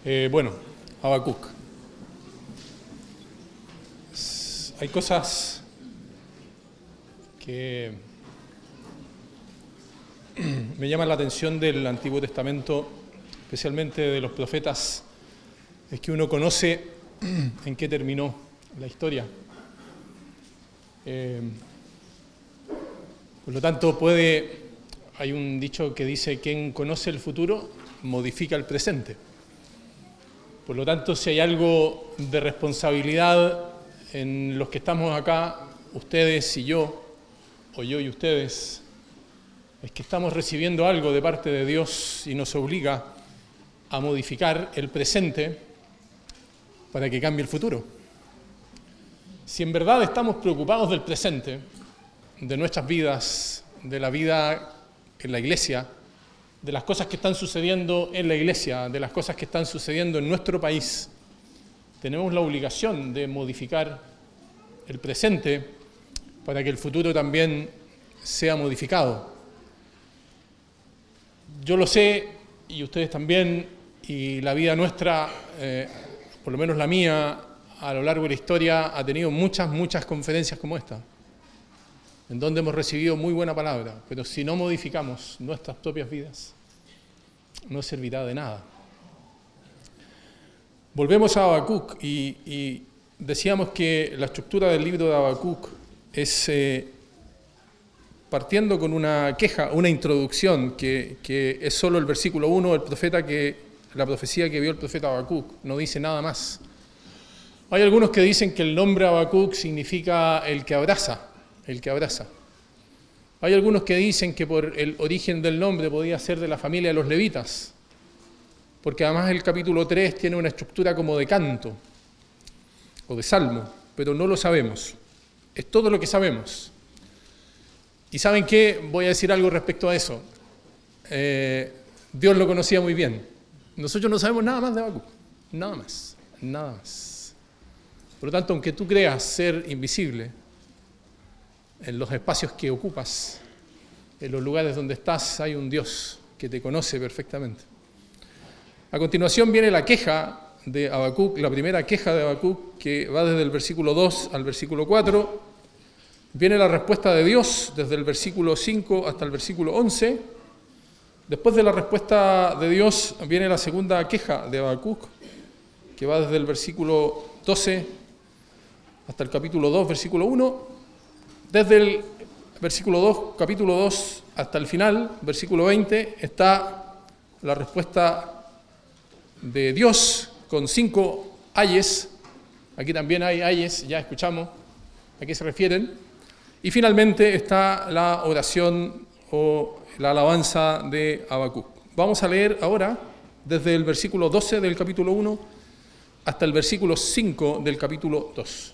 Habacuc. Hay cosas que me llaman la atención del Antiguo Testamento, especialmente de los profetas, es que uno conoce en qué terminó la historia. Por lo tanto, hay un dicho que dice: quien conoce el futuro modifica el presente. Por lo tanto, si hay algo de responsabilidad en los que estamos acá, ustedes y yo, o yo y ustedes, es que estamos recibiendo algo de parte de Dios y nos obliga a modificar el presente para que cambie el futuro. Si en verdad estamos preocupados del presente, de nuestras vidas, de la vida en la iglesia, de las cosas que están sucediendo en la iglesia, de las cosas que están sucediendo en nuestro país, tenemos la obligación de modificar el presente para que el futuro también sea modificado. Yo lo sé, y ustedes también, y la vida nuestra, por lo menos la mía, a lo largo de la historia, ha tenido muchas conferencias como esta, en donde hemos recibido muy buena palabra, pero si no modificamos nuestras propias vidas, no servirá de nada. Volvemos a Habacuc y decíamos que la estructura del libro de Habacuc es partiendo con una queja, una introducción, que es solo el versículo 1 la profecía que vio el profeta Habacuc, no dice nada más. Hay algunos que dicen que el nombre Habacuc significa el que abraza. Hay algunos que dicen que por el origen del nombre podía ser de la familia de los levitas, porque además el capítulo 3 tiene una estructura como de canto o de salmo, pero no lo sabemos. Es todo lo que sabemos. ¿Y saben qué? Voy a decir algo respecto a eso. Dios lo conocía muy bien. Nosotros no sabemos nada más de Habacuc, nada más. Por lo tanto, aunque tú creas ser invisible en los espacios que ocupas, en los lugares donde estás, hay un Dios que te conoce perfectamente. A continuación viene la queja de Habacuc, la primera queja de Habacuc, que va desde el versículo 2 al versículo 4. Viene la respuesta de Dios desde el versículo 5 hasta el versículo 11. Después de la respuesta de Dios viene la segunda queja de Habacuc, que va desde el versículo 12 hasta el capítulo 2, versículo 1. Desde el versículo 2, capítulo 2, hasta el final, versículo 20, está la respuesta de Dios con 5 ayes. Aquí también hay ayes, ya escuchamos a qué se refieren. Y finalmente está la oración o la alabanza de Habacuc. Vamos a leer ahora desde el versículo 12 del capítulo 1 hasta el versículo 5 del capítulo 2.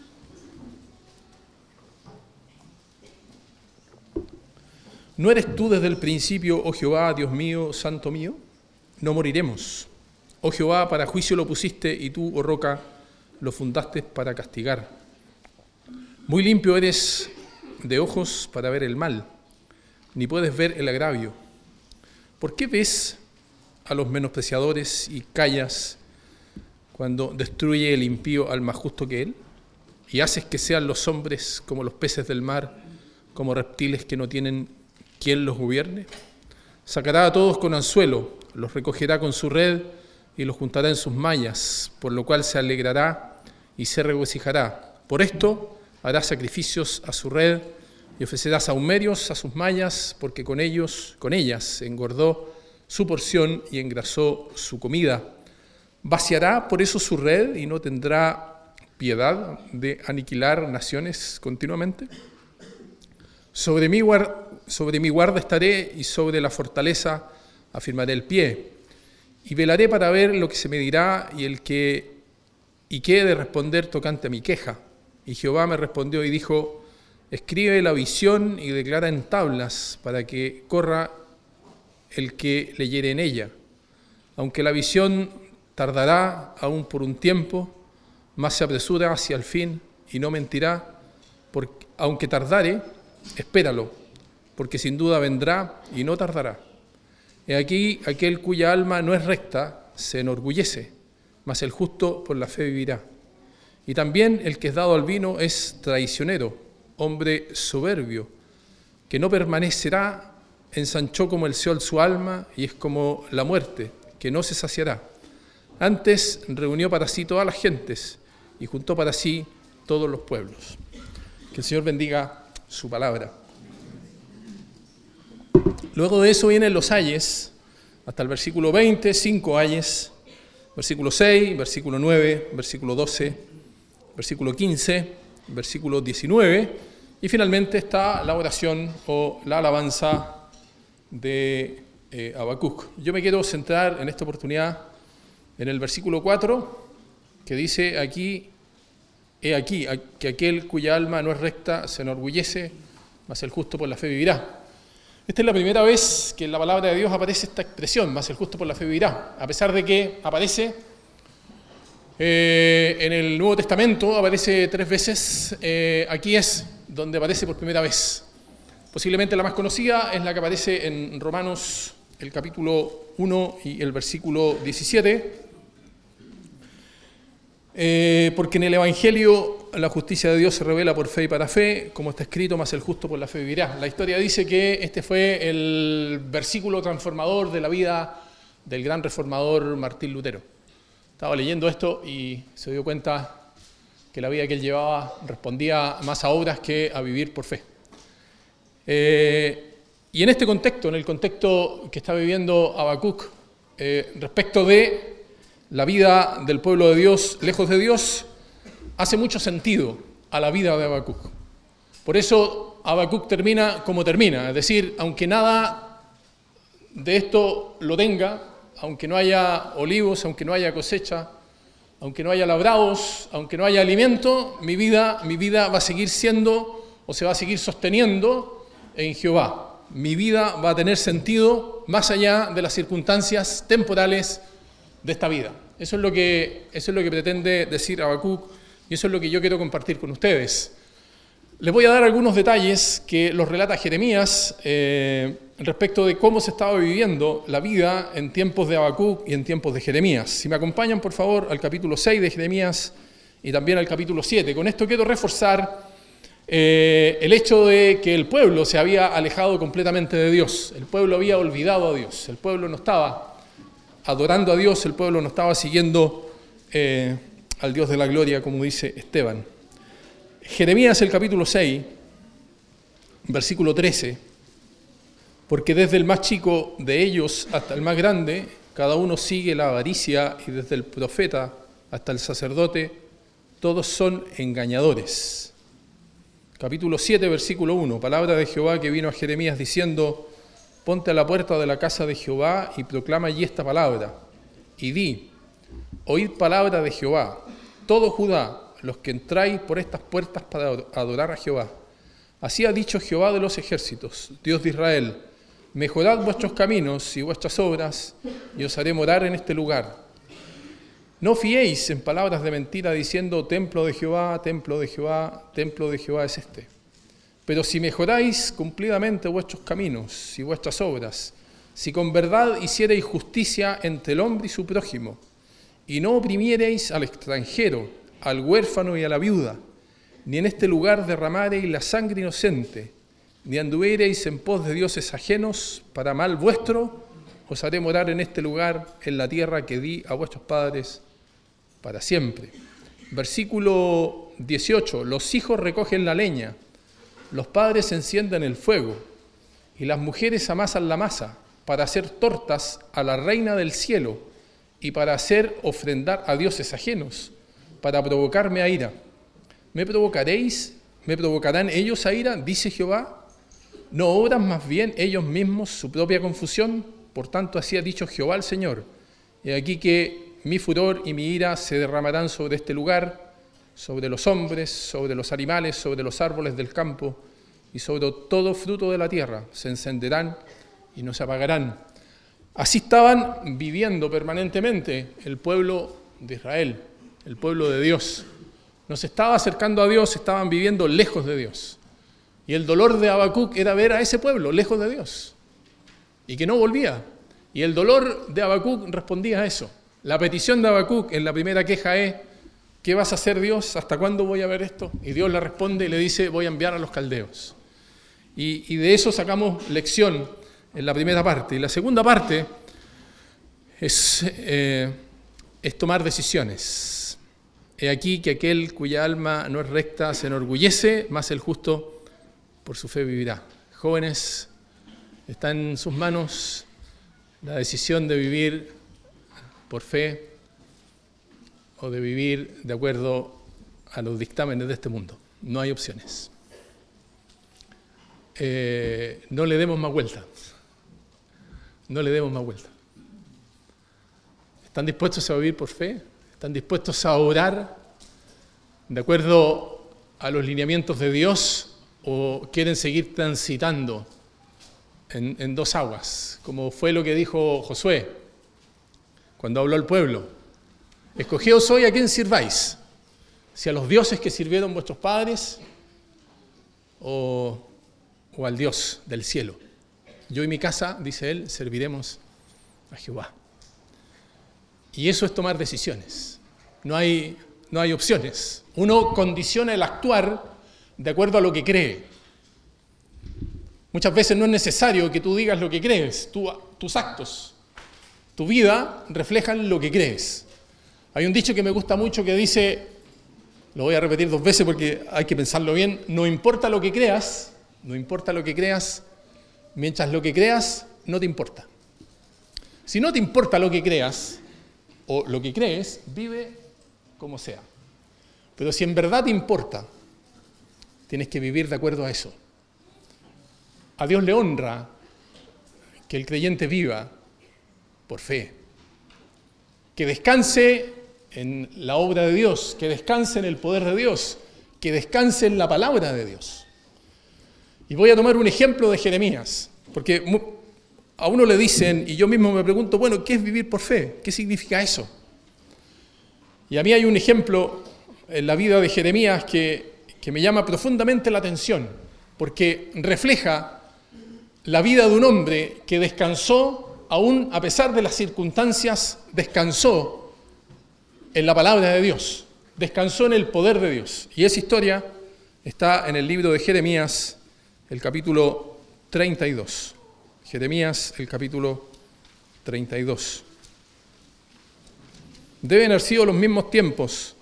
¿No eres tú desde el principio, oh Jehová, Dios mío, santo mío? No moriremos. Oh Jehová, para juicio lo pusiste, y tú, oh roca, lo fundaste para castigar. Muy limpio eres de ojos para ver el mal, ni puedes ver el agravio. ¿Por qué ves a los menospreciadores y callas cuando destruye el impío al más justo que él? Y haces que sean los hombres como los peces del mar, como reptiles que no tienen quien los gobierne. Sacará a todos con anzuelo, los recogerá con su red y los juntará en sus mallas, por lo cual se alegrará y se regocijará. Por esto hará sacrificios a su red y ofrecerá sahumerios a sus mallas, porque con ellas engordó su porción y engrasó su comida. Vaciará por eso su red y no tendrá piedad de aniquilar naciones continuamente. Sobre mi guarda estaré y sobre la fortaleza afirmaré el pie. Y velaré para ver lo que se me dirá y qué he de responder tocante a mi queja. Y Jehová me respondió y dijo: escribe la visión y declara en tablas para que corra el que leyere en ella. Aunque la visión tardará aún por un tiempo, mas se apresura hacia el fin y no mentirá, porque, aunque tardare, espéralo, porque sin duda vendrá y no tardará. He aquí aquel cuya alma no es recta, se enorgullece, mas el justo por la fe vivirá. Y también el que es dado al vino es traicionero, hombre soberbio, que no permanecerá, ensanchó como el Seol su alma, y es como la muerte, que no se saciará. Antes reunió para sí todas las gentes, y juntó para sí todos los pueblos. Que el Señor bendiga su palabra. Luego de eso vienen los ayes, hasta el versículo 20, 5 ayes, versículo 6, versículo 9, versículo 12, versículo 15, versículo 19, y finalmente está la oración o la alabanza de Habacuc. Yo me quiero centrar en esta oportunidad en el versículo 4, que dice aquí, he aquí, que aquel cuya alma no es recta se enorgullece, mas el justo por la fe vivirá. Esta es la primera vez que en la palabra de Dios aparece esta expresión, mas el justo por la fe vivirá, a pesar de que aparece en el Nuevo Testamento, aparece 3 veces, aquí es donde aparece por primera vez. Posiblemente la más conocida es la que aparece en Romanos, el capítulo 1 y el versículo 17, porque en el Evangelio la justicia de Dios se revela por fe y para fe, como está escrito, mas el justo por la fe vivirá. La historia dice que este fue el versículo transformador de la vida del gran reformador Martín Lutero. Estaba leyendo esto y se dio cuenta que la vida que él llevaba respondía más a obras que a vivir por fe. Y en este contexto, en el contexto que está viviendo Habacuc, respecto de la vida del pueblo de Dios lejos de Dios, hace mucho sentido a la vida de Habacuc. Por eso Habacuc termina como termina, es decir, aunque nada de esto lo tenga, aunque no haya olivos, aunque no haya cosecha, aunque no haya labrados, aunque no haya alimento, mi vida va a seguir siendo o se va a seguir sosteniendo en Jehová. Mi vida va a tener sentido más allá de las circunstancias temporales de esta vida. Eso es lo que pretende decir Habacuc y eso es lo que yo quiero compartir con ustedes. Les voy a dar algunos detalles que los relata Jeremías respecto de cómo se estaba viviendo la vida en tiempos de Habacuc y en tiempos de Jeremías. Si me acompañan, por favor, al capítulo 6 de Jeremías y también al capítulo 7. Con esto quiero reforzar el hecho de que el pueblo se había alejado completamente de Dios. El pueblo había olvidado a Dios. El pueblo no estaba adorando a Dios, el pueblo no estaba siguiendo al Dios de la gloria, como dice Esteban. Jeremías, el capítulo 6, versículo 13, porque desde el más chico de ellos hasta el más grande, cada uno sigue la avaricia, y desde el profeta hasta el sacerdote, todos son engañadores. Capítulo 7, versículo 1, palabra de Jehová que vino a Jeremías diciendo: ponte a la puerta de la casa de Jehová y proclama allí esta palabra, y di: oíd palabra de Jehová, todo Judá, los que entráis por estas puertas para adorar a Jehová. Así ha dicho Jehová de los ejércitos, Dios de Israel: mejorad vuestros caminos y vuestras obras, y os haré morar en este lugar. No fiéis en palabras de mentira diciendo: templo de Jehová, templo de Jehová, templo de Jehová es este. Pero si mejoráis cumplidamente vuestros caminos y vuestras obras, si con verdad hiciereis justicia entre el hombre y su prójimo, y no oprimiereis al extranjero, al huérfano y a la viuda, ni en este lugar derramareis la sangre inocente, ni anduviereis en pos de dioses ajenos para mal vuestro, os haré morar en este lugar, en la tierra que di a vuestros padres para siempre. Versículo 18, los hijos recogen la leña, los padres encienden el fuego, y las mujeres amasan la masa para hacer tortas a la reina del cielo y para hacer ofrendar a dioses ajenos, para provocarme a ira. ¿Me provocarán ellos a ira? Dice Jehová. ¿No obran más bien ellos mismos su propia confusión? Por tanto, así ha dicho Jehová el Señor. He aquí que mi furor y mi ira se derramarán sobre este lugar, sobre los hombres, sobre los animales, sobre los árboles del campo y sobre todo fruto de la tierra. Se encenderán y no se apagarán. Así estaban viviendo permanentemente el pueblo de Israel, el pueblo de Dios. No se estaba acercando a Dios, estaban viviendo lejos de Dios. Y el dolor de Habacuc era ver a ese pueblo lejos de Dios y que no volvía. Y el dolor de Habacuc respondía a eso. La petición de Habacuc en la primera queja es: ¿qué vas a hacer, Dios? ¿Hasta cuándo voy a ver esto? Y Dios le responde y le dice: voy a enviar a los caldeos. Y de eso sacamos lección en la primera parte. Y la segunda parte es tomar decisiones. He aquí que aquel cuya alma no es recta se enorgullece, mas el justo por su fe vivirá. Jóvenes, está en sus manos la decisión de vivir por fe o de vivir de acuerdo a los dictámenes de este mundo. No hay opciones. No le demos más vuelta. No le demos más vuelta. ¿Están dispuestos a vivir por fe? ¿Están dispuestos a orar de acuerdo a los lineamientos de Dios o quieren seguir transitando en dos aguas, como fue lo que dijo Josué cuando habló al pueblo? Escogíos hoy a quién sirváis, si a los dioses que sirvieron vuestros padres o al Dios del cielo. Yo y mi casa, dice él, serviremos a Jehová. Y eso es tomar decisiones. No hay opciones. Uno condiciona el actuar de acuerdo a lo que cree. Muchas veces no es necesario que tú digas lo que crees. Tus actos, tu vida reflejan lo que crees. Hay un dicho que me gusta mucho que dice, lo voy a repetir 2 veces porque hay que pensarlo bien: no importa lo que creas, mientras lo que creas no te importa. Si no te importa lo que creas o lo que crees, vive como sea. Pero si en verdad te importa, tienes que vivir de acuerdo a eso. A Dios le honra que el creyente viva por fe, que descanse en la obra de Dios, que descanse en el poder de Dios, que descanse en la palabra de Dios. Y voy a tomar un ejemplo de Jeremías, porque a uno le dicen, y yo mismo me pregunto, bueno, ¿qué es vivir por fe? ¿Qué significa eso? Y a mí hay un ejemplo en la vida de Jeremías que me llama profundamente la atención, porque refleja la vida de un hombre que descansó, aún a pesar de las circunstancias, descansó en la palabra de Dios, descansó en el poder de Dios. Y esa historia está en el libro de Jeremías, el capítulo 32. Jeremías, el capítulo 32. Deben haber sido los mismos tiempos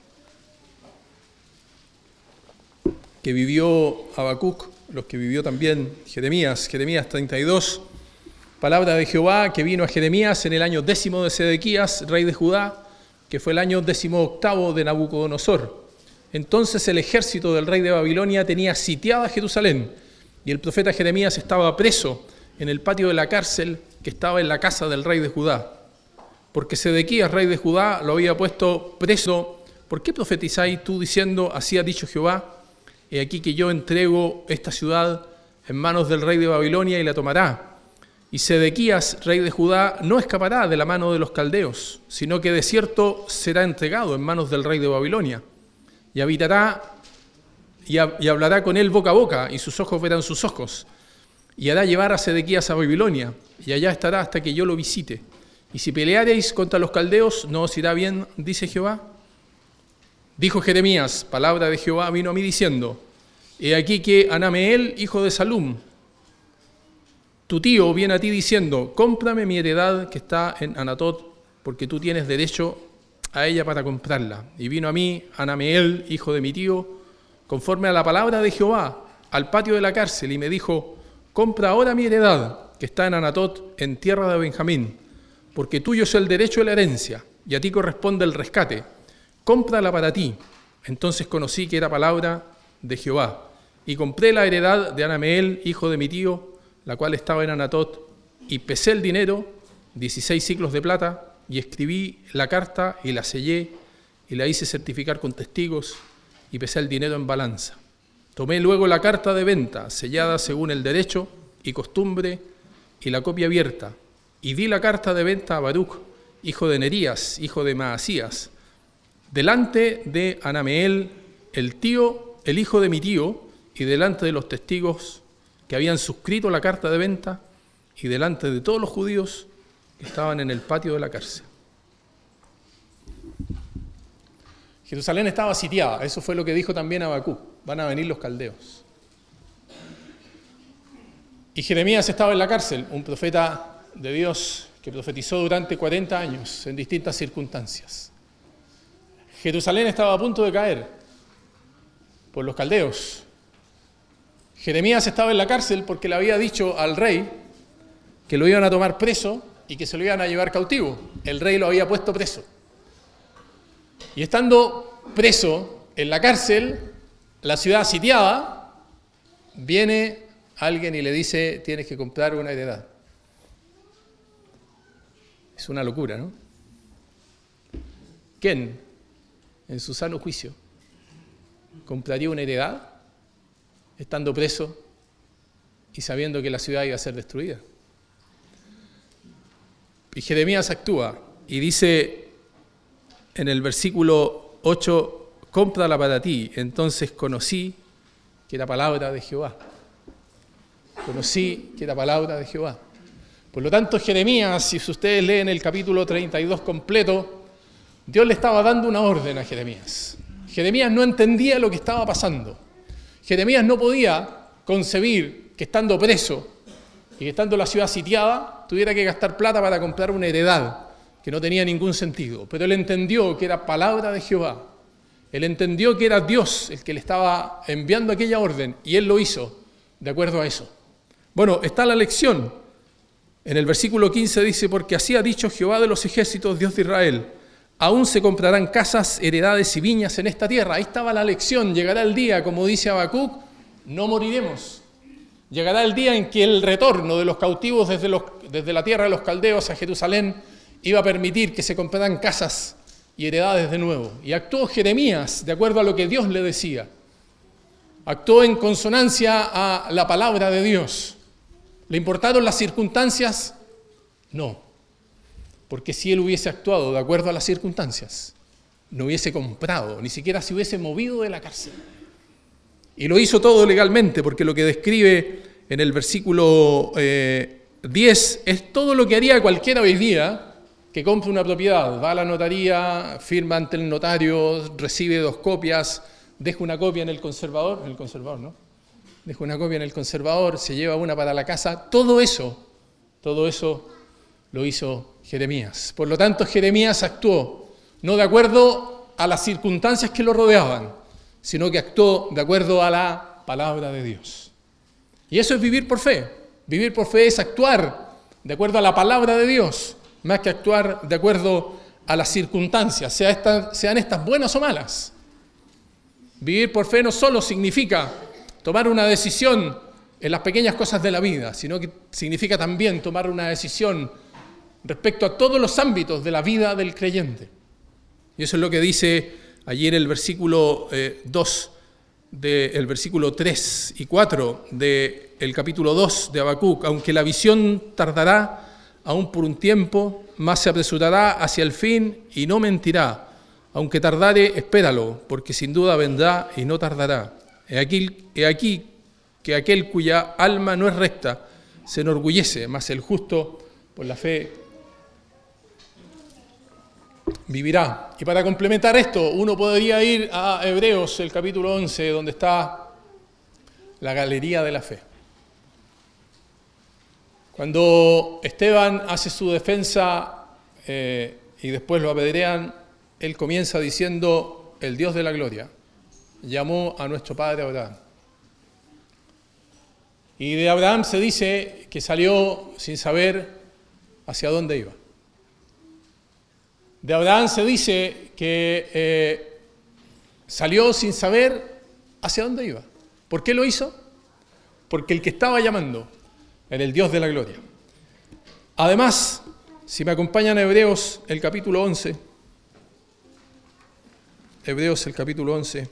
que vivió Habacuc, los que vivió también Jeremías. Jeremías 32, palabra de Jehová que vino a Jeremías en el año 10 de Sedequías, rey de Judá, que fue el año 18 de Nabucodonosor. Entonces el ejército del rey de Babilonia tenía sitiada Jerusalén, y el profeta Jeremías estaba preso en el patio de la cárcel que estaba en la casa del rey de Judá. Porque Sedequías, rey de Judá, lo había puesto preso. ¿Por qué profetizáis tú diciendo, así ha dicho Jehová? He aquí que yo entrego esta ciudad en manos del rey de Babilonia y la tomará. Y Sedequías, rey de Judá, no escapará de la mano de los caldeos, sino que de cierto será entregado en manos del rey de Babilonia. Y habitará y hablará con él boca a boca, y sus ojos verán sus ojos. Y hará llevar a Sedequías a Babilonia, y allá estará hasta que yo lo visite. Y si peleareis contra los caldeos, no os irá bien, dice Jehová. Dijo Jeremías, palabra de Jehová vino a mí diciendo, he aquí que Anameel, hijo de Salum, tu tío, viene a ti diciendo, cómprame mi heredad que está en Anatot, porque tú tienes derecho a ella para comprarla. Y vino a mí Anameel, hijo de mi tío, conforme a la palabra de Jehová, al patio de la cárcel, y me dijo, compra ahora mi heredad, que está en Anatot, en tierra de Benjamín, porque tuyo es el derecho de la herencia, y a ti corresponde el rescate. Cómprala para ti. Entonces conocí que era palabra de Jehová, y compré la heredad de Anameel, hijo de mi tío, la cual estaba en Anatot, y pesé el dinero, 16 siclos de plata, y escribí la carta, y la sellé, y la hice certificar con testigos, y pesé el dinero en balanza. Tomé luego la carta de venta, sellada según el derecho y costumbre, y la copia abierta, y di la carta de venta a Baruc, hijo de Nerías, hijo de Maasías, delante de Anameel, el hijo de mi tío, y delante de los testigos que habían suscrito la carta de venta, y delante de todos los judíos que estaban en el patio de la cárcel. Jerusalén estaba sitiada, eso fue lo que dijo también Habacuc, van a venir los caldeos. Y Jeremías estaba en la cárcel, un profeta de Dios que profetizó durante 40 años en distintas circunstancias. Jerusalén estaba a punto de caer por los caldeos. Jeremías estaba en la cárcel porque le había dicho al rey que lo iban a tomar preso y que se lo iban a llevar cautivo. El rey lo había puesto preso. Y estando preso en la cárcel, la ciudad sitiada, viene alguien y le dice, tienes que comprar una heredad. Es una locura, ¿no? ¿Quién, en su sano juicio, compraría una heredad estando preso y sabiendo que la ciudad iba a ser destruida? Y Jeremías actúa y dice en el versículo 8, cómprala para ti. Entonces conocí que era palabra de Jehová. Conocí que era palabra de Jehová. Por lo tanto, Jeremías, si ustedes leen el capítulo 32 completo, Dios le estaba dando una orden a Jeremías. Jeremías no entendía lo que estaba pasando. Jeremías no podía concebir que estando preso y que estando la ciudad sitiada, tuviera que gastar plata para comprar una heredad que no tenía ningún sentido. Pero él entendió que era palabra de Jehová. Él entendió que era Dios el que le estaba enviando aquella orden y él lo hizo de acuerdo a eso. Bueno, está la lección. En el versículo 15 dice, porque así ha dicho Jehová de los ejércitos, Dios de Israel, aún se comprarán casas, heredades y viñas en esta tierra. Ahí estaba la lección. Llegará el día, como dice Habacuc, no moriremos. Llegará el día en que el retorno de los cautivos desde la tierra de los caldeos a Jerusalén iba a permitir que se compraran casas y heredades de nuevo. Y actuó Jeremías de acuerdo a lo que Dios le decía. Actuó en consonancia a la palabra de Dios. ¿Le importaron las circunstancias? No. Porque si él hubiese actuado de acuerdo a las circunstancias, no hubiese comprado, ni siquiera se hubiese movido de la cárcel. Y lo hizo todo legalmente, porque lo que describe en el versículo 10 es todo lo que haría cualquiera hoy día que compre una propiedad. Va a la notaría, firma ante el notario, recibe 2 copias, deja una copia en el conservador, ¿no? Deja una copia en el conservador, se lleva una para la casa. Todo eso lo hizo Jeremías. Por lo tanto, Jeremías actuó no de acuerdo a las circunstancias que lo rodeaban, sino que actuó de acuerdo a la palabra de Dios. Y eso es vivir por fe. Vivir por fe es actuar de acuerdo a la palabra de Dios, más que actuar de acuerdo a las circunstancias, sean estas buenas o malas. Vivir por fe no solo significa tomar una decisión en las pequeñas cosas de la vida, sino que significa también tomar una decisión respecto a todos los ámbitos de la vida del creyente. Y eso es lo que dice allí en el versículo 2, el versículo 3 y 4 del capítulo 2 de Habacuc. Aunque la visión tardará aún por un tiempo, mas se apresurará hacia el fin y no mentirá. Aunque tardare, espéralo, porque sin duda vendrá y no tardará. He aquí que aquel cuya alma no es recta se enorgullece, mas el justo por la fe vivirá. Y para complementar esto, uno podría ir a Hebreos, el capítulo 11, donde está la galería de la fe. Cuando Esteban hace su defensa y después lo apedrean, él comienza diciendo, el Dios de la gloria llamó a nuestro padre Abraham. Y de Abraham se dice que salió sin saber hacia dónde iba. De Abraham se dice que salió sin saber hacia dónde iba. ¿Por qué lo hizo? Porque el que estaba llamando era el Dios de la gloria. Además, si me acompañan a Hebreos, el capítulo 11, Hebreos, el capítulo 11,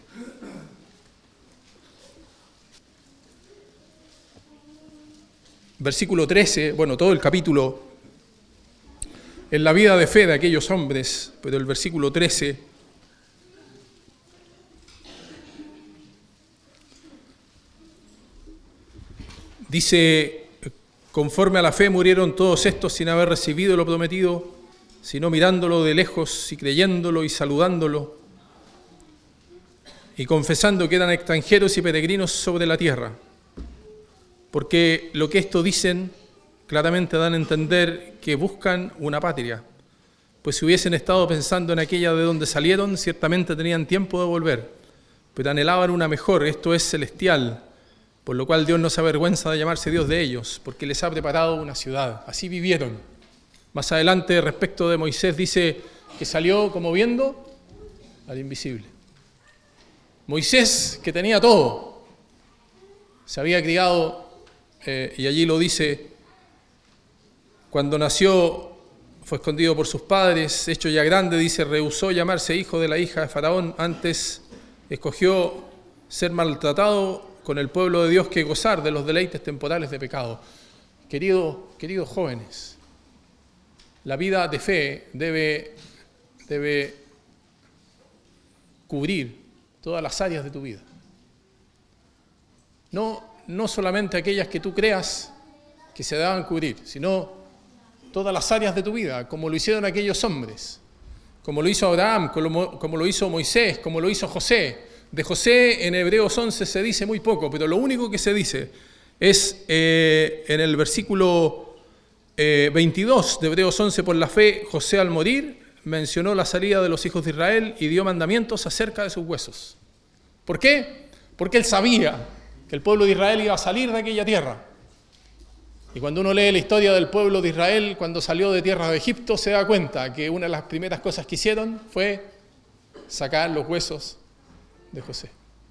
versículo 13, bueno, todo el capítulo en la vida de fe de aquellos hombres, pero el versículo 13 dice, conforme a la fe murieron todos estos sin haber recibido lo prometido, sino mirándolo de lejos y creyéndolo y saludándolo, y confesando que eran extranjeros y peregrinos sobre la tierra. Porque lo que esto dicen claramente dan a entender que buscan una patria, pues si hubiesen estado pensando en aquella de donde salieron, ciertamente tenían tiempo de volver, pero anhelaban una mejor, esto es celestial, por lo cual Dios no se avergüenza de llamarse Dios de ellos, porque les ha preparado una ciudad. Así vivieron. Más adelante, respecto de Moisés, dice que salió como viendo al invisible. Moisés, que tenía todo, se había criado, y allí lo dice, cuando nació fue escondido por sus padres, hecho ya grande, dice, rehusó llamarse hijo de la hija de Faraón, antes escogió ser maltratado con el pueblo de Dios que gozar de los deleites temporales de pecado. Queridos jóvenes, la vida de fe debe cubrir todas las áreas de tu vida. No solamente aquellas que tú creas que se deban cubrir, sino todas las áreas de tu vida, como lo hicieron aquellos hombres, como lo hizo Abraham, como lo hizo Moisés, como lo hizo José. De José en Hebreos 11 se dice muy poco, pero lo único que se dice es en el versículo 22 de Hebreos 11, por la fe José al morir mencionó la salida de los hijos de Israel y dio mandamientos acerca de sus huesos. ¿Por qué? Porque él sabía que el pueblo de Israel iba a salir de aquella tierra. Y cuando uno lee la historia del pueblo de Israel, cuando salió de tierra de Egipto, se da cuenta que una de las primeras cosas que hicieron fue sacar los huesos de José.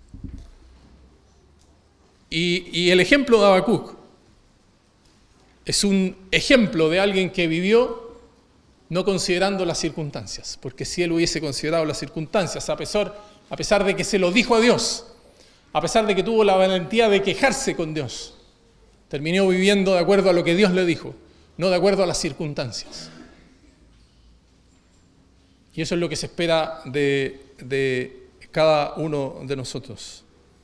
Y el ejemplo de Habacuc es un ejemplo de alguien que vivió no considerando las circunstancias, porque si él hubiese considerado las circunstancias, a pesar de que se lo dijo a Dios, a pesar de que tuvo la valentía de quejarse con Dios, terminó viviendo de acuerdo a lo que Dios le dijo, no de acuerdo a las circunstancias. Y eso es lo que se espera de cada uno de nosotros.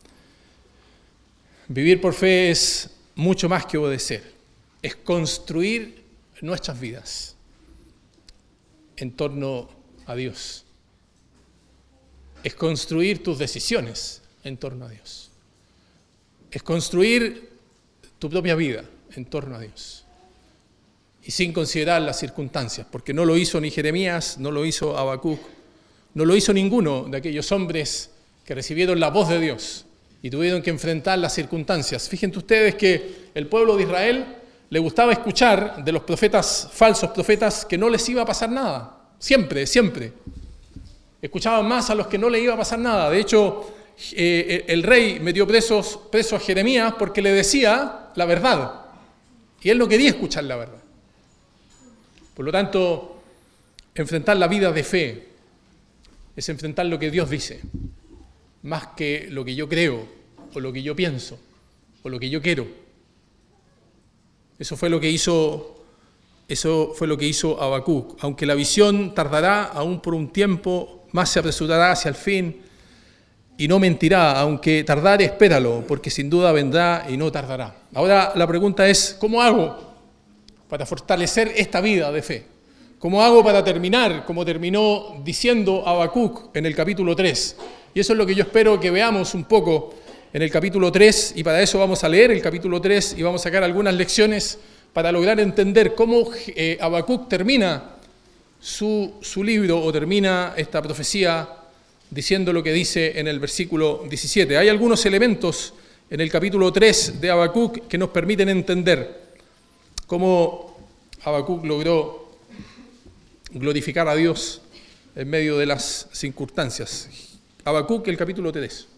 Vivir por fe es mucho más que obedecer, es construir nuestras vidas en torno a Dios, es construir tus decisiones en torno a Dios, es construir tu propia vida en torno a Dios y sin considerar las circunstancias, porque no lo hizo ni Jeremías, no lo hizo Habacuc, no lo hizo ninguno de aquellos hombres que recibieron la voz de Dios y tuvieron que enfrentar las circunstancias. Fíjense ustedes que el pueblo de Israel le gustaba escuchar de los profetas, falsos profetas, que no les iba a pasar nada, siempre. Escuchaban más a los que no les iba a pasar nada. De hecho, el rey metió preso a Jeremías porque le decía la verdad y él no quería escuchar la verdad. Por lo tanto, enfrentar la vida de fe es enfrentar lo que Dios dice, más que lo que yo creo o lo que yo pienso o lo que yo quiero. Eso fue lo que hizo Habacuc. Aunque la visión tardará aún por un tiempo, más se apresurará hacia el fin y no mentirá, aunque tardare, espéralo, porque sin duda vendrá y no tardará. Ahora la pregunta es, ¿cómo hago para fortalecer esta vida de fe? ¿Cómo hago para terminar como terminó diciendo Habacuc en el capítulo 3? Y eso es lo que yo espero que veamos un poco en el capítulo 3, y para eso vamos a leer el capítulo 3 y vamos a sacar algunas lecciones para lograr entender cómo Habacuc termina su libro o termina esta profecía diciendo lo que dice en el versículo 17. Hay algunos elementos en el capítulo 3 de Habacuc que nos permiten entender cómo Habacuc logró glorificar a Dios en medio de las circunstancias. Habacuc, el capítulo 3.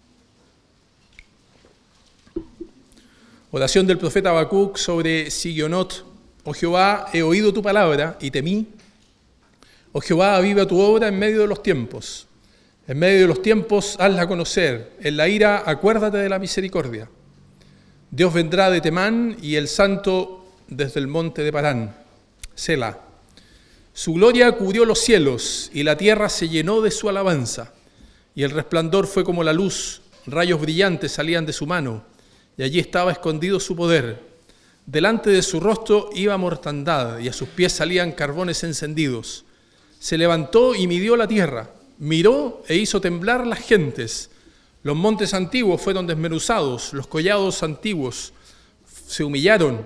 Oración del profeta Habacuc sobre Sigionot. Oh Jehová, he oído tu palabra y temí. Oh Jehová, aviva tu obra en medio de los tiempos. En medio de los tiempos, hazla conocer. En la ira, acuérdate de la misericordia. Dios vendrá de Temán y el santo desde el monte de Parán. Selah. Su gloria cubrió los cielos y la tierra se llenó de su alabanza. Y el resplandor fue como la luz, rayos brillantes salían de su mano, y allí estaba escondido su poder. Delante de su rostro iba mortandad, y a sus pies salían carbones encendidos. Se levantó y midió la tierra, miró e hizo temblar las gentes, Los montes antiguos fueron desmenuzados, los collados antiguos se humillaron.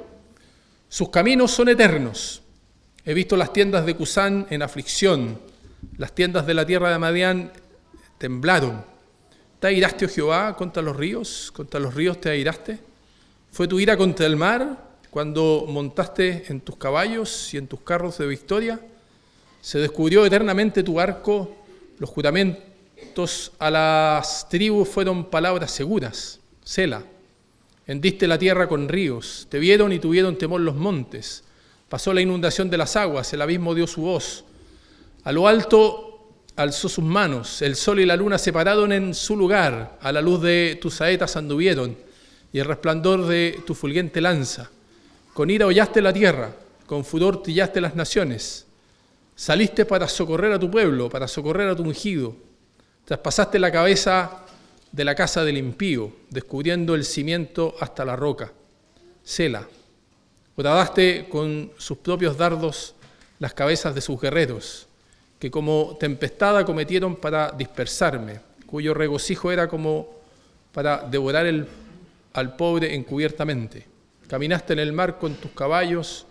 Sus caminos son eternos. He visto las tiendas de Cusán en aflicción, las tiendas de la tierra de Madián temblaron. ¿Te airaste, oh Jehová, contra los ríos? ¿Contra los ríos te airaste? ¿Fue tu ira contra el mar cuando montaste en tus caballos y en tus carros de victoria? Se descubrió eternamente tu arco, los juramentos a las tribus fueron palabras seguras. Sela. Hendiste la tierra con ríos, te vieron y tuvieron temor los montes. Pasó la inundación de las aguas, el abismo dio su voz. A lo alto alzó sus manos, el sol y la luna se pararon en su lugar, a la luz de tus saetas anduvieron, y el resplandor de tu fulgente lanza. Con ira hollaste la tierra, con furor trillaste las naciones. Saliste para socorrer a tu pueblo, para socorrer a tu ungido. Traspasaste la cabeza de la casa del impío, descubriendo el cimiento hasta la roca. Sela. Horadaste con sus propios dardos las cabezas de sus guerreros, que como tempestad acometieron para dispersarme, cuyo regocijo era como para devorar al pobre encubiertamente. Caminaste en el mar con tus caballos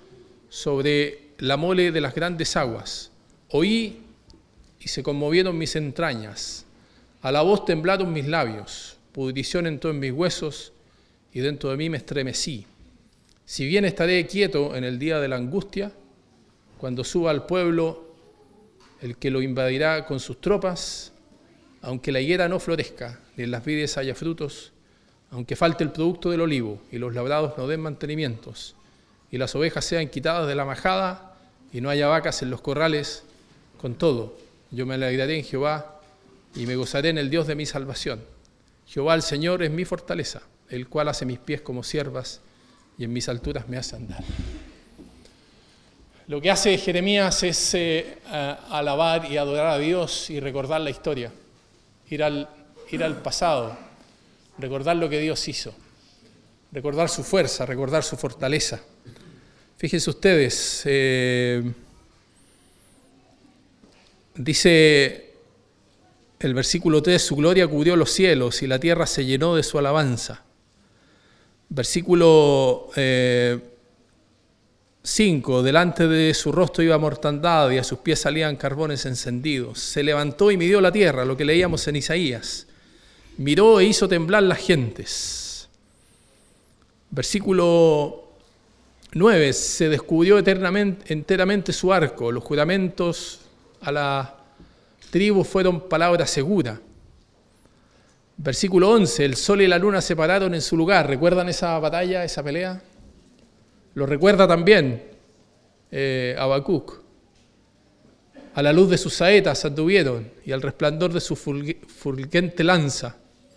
sobre la mole de las grandes aguas. Oí y se conmovieron mis entrañas. A la voz temblaron mis labios. Pudrición entró en mis huesos y dentro de mí me estremecí. Si bien estaré quieto en el día de la angustia, cuando suba al pueblo el que lo invadirá con sus tropas, aunque la higuera no florezca, ni en las vides haya frutos, aunque falte el producto del olivo y los labrados no den mantenimientos, y las ovejas sean quitadas de la majada y no haya vacas en los corrales, con todo, yo me alegraré en Jehová y me gozaré en el Dios de mi salvación. Jehová el Señor es mi fortaleza, el cual hace mis pies como siervas y en mis alturas me hace andar. Lo que hace Jeremías es alabar y adorar a Dios y recordar la historia, ir al pasado, recordar lo que Dios hizo, recordar su fuerza, recordar su fortaleza. Fíjense ustedes, dice el versículo 3, su gloria cubrió los cielos y la tierra se llenó de su alabanza. Versículo 5, delante de su rostro iba mortandad y a sus pies salían carbones encendidos. Se levantó y midió la tierra, lo que leíamos en Isaías. Miró e hizo temblar las gentes. Versículo 9, se descubrió enteramente su arco. Los juramentos a la tribu fueron palabra segura. Versículo 11, el sol y la luna se pararon en su lugar. ¿Recuerdan esa batalla, esa pelea? Lo recuerda también Habacuc. A la luz de sus saetas anduvieron y al resplandor de su fulgente lanza.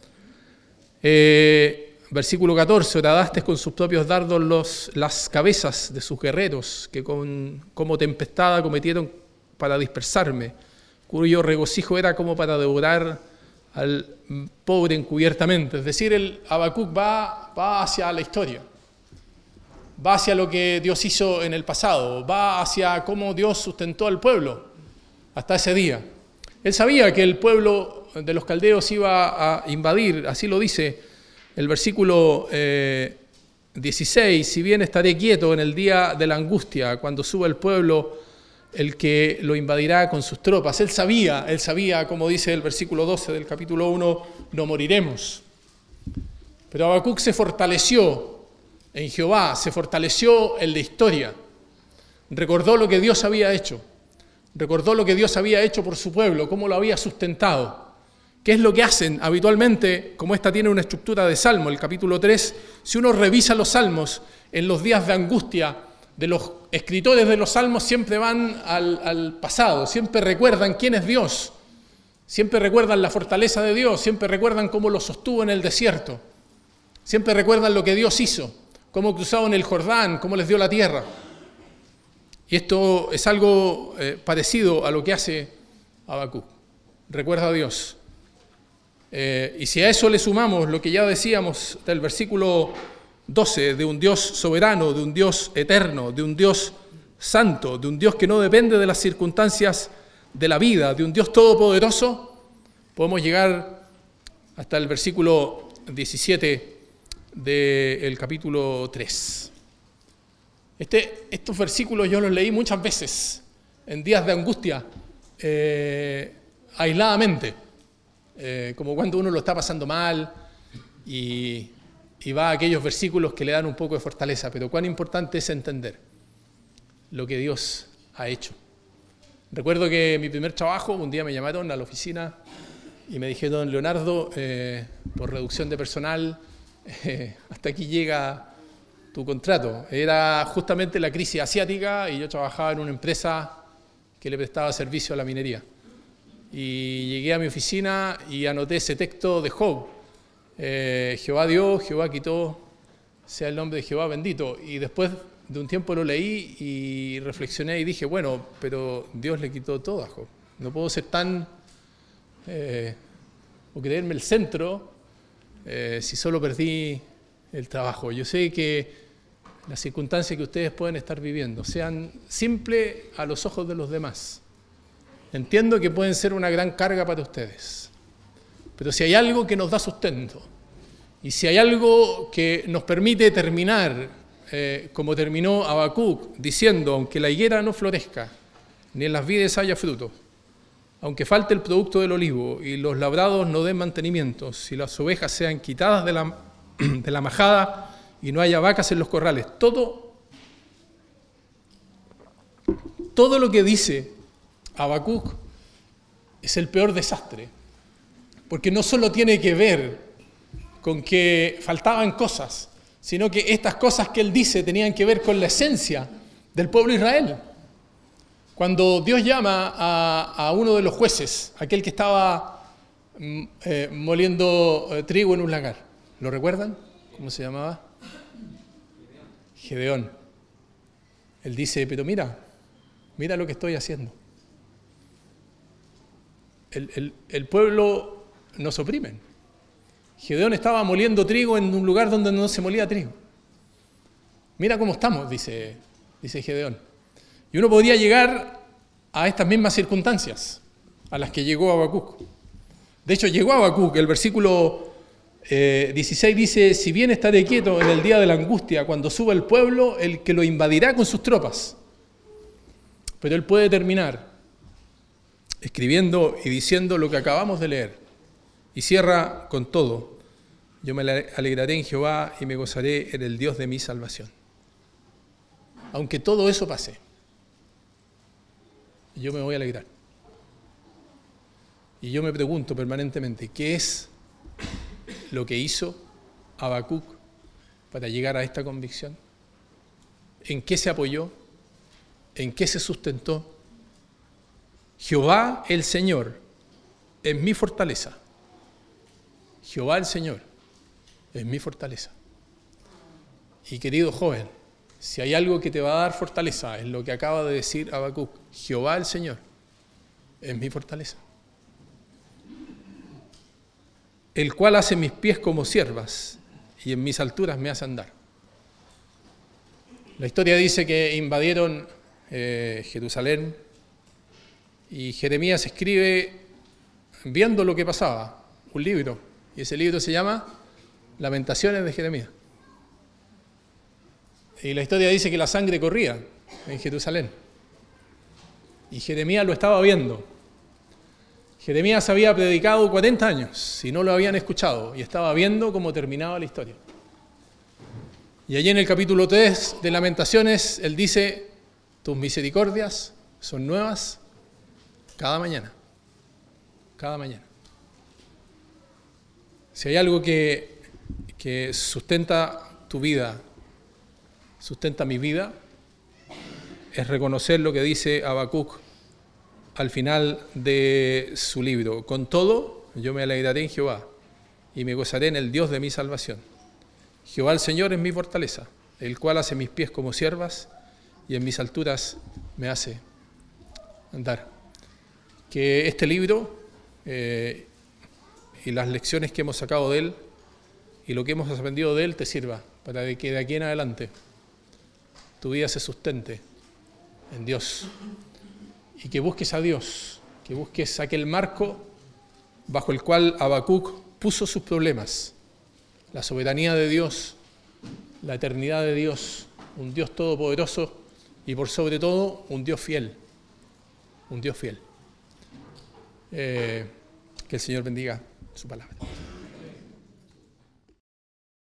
Versículo 14, horadaste con sus propios dardos las cabezas de sus guerreros, que como tempestad acometieron para dispersarme, cuyo regocijo era como para devorar al pobre encubiertamente. Es decir, el Habacuc va hacia la historia, va hacia lo que Dios hizo en el pasado, va hacia cómo Dios sustentó al pueblo hasta ese día. Él sabía que el pueblo de los caldeos iba a invadir, así lo dice el versículo 16, si bien estaré quieto en el día de la angustia, cuando suba el pueblo, el que lo invadirá con sus tropas. Él sabía, como dice el versículo 12 del capítulo 1, no moriremos. Pero Habacuc se fortaleció en Jehová, se fortaleció en la historia. Recordó lo que Dios había hecho. Recordó lo que Dios había hecho por su pueblo, cómo lo había sustentado. ¿Qué es lo que hacen habitualmente? Como esta tiene una estructura de salmo, el capítulo 3, si uno revisa los salmos en los días de angustia, de los escritores de los salmos siempre van al pasado, siempre recuerdan quién es Dios, siempre recuerdan la fortaleza de Dios, siempre recuerdan cómo lo sostuvo en el desierto, siempre recuerdan lo que Dios hizo, cómo cruzaron el Jordán, cómo les dio la tierra. Y esto es algo parecido a lo que hace Habacuc. Recuerda a Dios. Y si a eso le sumamos lo que ya decíamos del versículo 12, de un Dios soberano, de un Dios eterno, de un Dios santo, de un Dios que no depende de las circunstancias de la vida, de un Dios todopoderoso, podemos llegar hasta el versículo 17 del capítulo 3. Estos versículos yo los leí muchas veces en días de angustia, aisladamente, como cuando uno lo está pasando mal y va a aquellos versículos que le dan un poco de fortaleza. Pero cuán importante es entender lo que Dios ha hecho. Recuerdo que mi primer trabajo, un día me llamaron a la oficina y me dijeron: Leonardo, por reducción de personal, hasta aquí llega tu contrato. Era justamente la crisis asiática y yo trabajaba en una empresa que le prestaba servicio a la minería. Y llegué a mi oficina y anoté ese texto de Job: Jehová dio, Jehová quitó, sea el nombre de Jehová bendito. Y después de un tiempo lo leí y reflexioné y dije: bueno, pero Dios le quitó todo a Job. No puedo ser tan o creerme el centro si solo perdí el trabajo. Yo sé que las circunstancias que ustedes pueden estar viviendo sean simples a los ojos de los demás. Entiendo que pueden ser una gran carga para ustedes, pero si hay algo que nos da sustento y si hay algo que nos permite terminar como terminó Habacuc, diciendo: aunque la higuera no florezca, ni en las vides haya fruto, aunque falte el producto del olivo y los labrados no den mantenimiento, si las ovejas sean quitadas de la majada y no haya vacas en los corrales, todo lo que dice Habacuc es el peor desastre, porque no solo tiene que ver con que faltaban cosas, sino que estas cosas que él dice tenían que ver con la esencia del pueblo de Israel. Cuando Dios llama a uno de los jueces, aquel que estaba moliendo trigo en un lagar, ¿lo recuerdan? ¿Cómo se llamaba? Gedeón. Él dice: pero mira lo que estoy haciendo. El pueblo nos oprimen. Gedeón estaba moliendo trigo en un lugar donde no se molía trigo. Mira cómo estamos, dice Gedeón. Y uno podría llegar a estas mismas circunstancias a las que llegó Habacuc. De hecho, llegó Habacuc. El versículo 16 dice: si bien estaré quieto en el día de la angustia, cuando suba el pueblo, el que lo invadirá con sus tropas. Pero él puede terminar escribiendo y diciendo lo que acabamos de leer. Y cierra con todo: yo me alegraré en Jehová y me gozaré en el Dios de mi salvación. Aunque todo eso pase, yo me voy a alegrar. Y yo me pregunto permanentemente: ¿qué es lo que hizo Habacuc para llegar a esta convicción? ¿En qué se apoyó? ¿En qué se sustentó? Jehová el Señor es mi fortaleza. Jehová el Señor es mi fortaleza. Y querido joven, si hay algo que te va a dar fortaleza, es lo que acaba de decir Habacuc: Jehová el Señor es mi fortaleza, el cual hace mis pies como ciervas y en mis alturas me hace andar. La historia dice que invadieron Jerusalén y Jeremías escribe, viendo lo que pasaba, un libro, y ese libro se llama Lamentaciones de Jeremías. Y la historia dice que la sangre corría en Jerusalén y Jeremías lo estaba viendo. Jeremías había predicado 40 años y no lo habían escuchado, y estaba viendo cómo terminaba la historia. Y allí en el capítulo 3 de Lamentaciones, él dice: tus misericordias son nuevas cada mañana. Cada mañana. Si hay algo que sustenta tu vida, sustenta mi vida, es reconocer lo que dice Habacuc al final de su libro: con todo, yo me alegraré en Jehová y me gozaré en el Dios de mi salvación. Jehová el Señor es mi fortaleza, el cual hace mis pies como ciervas y en mis alturas me hace andar. Que este libro y las lecciones que hemos sacado de él y lo que hemos aprendido de él te sirva para que de aquí en adelante tu vida se sustente en Dios y que busques a Dios, que busques aquel marco bajo el cual Habacuc expuso sus problemas, la soberanía de Dios, la eternidad de Dios, un Dios todopoderoso y por sobre todo un Dios fiel, un Dios fiel. Que el Señor bendiga su palabra.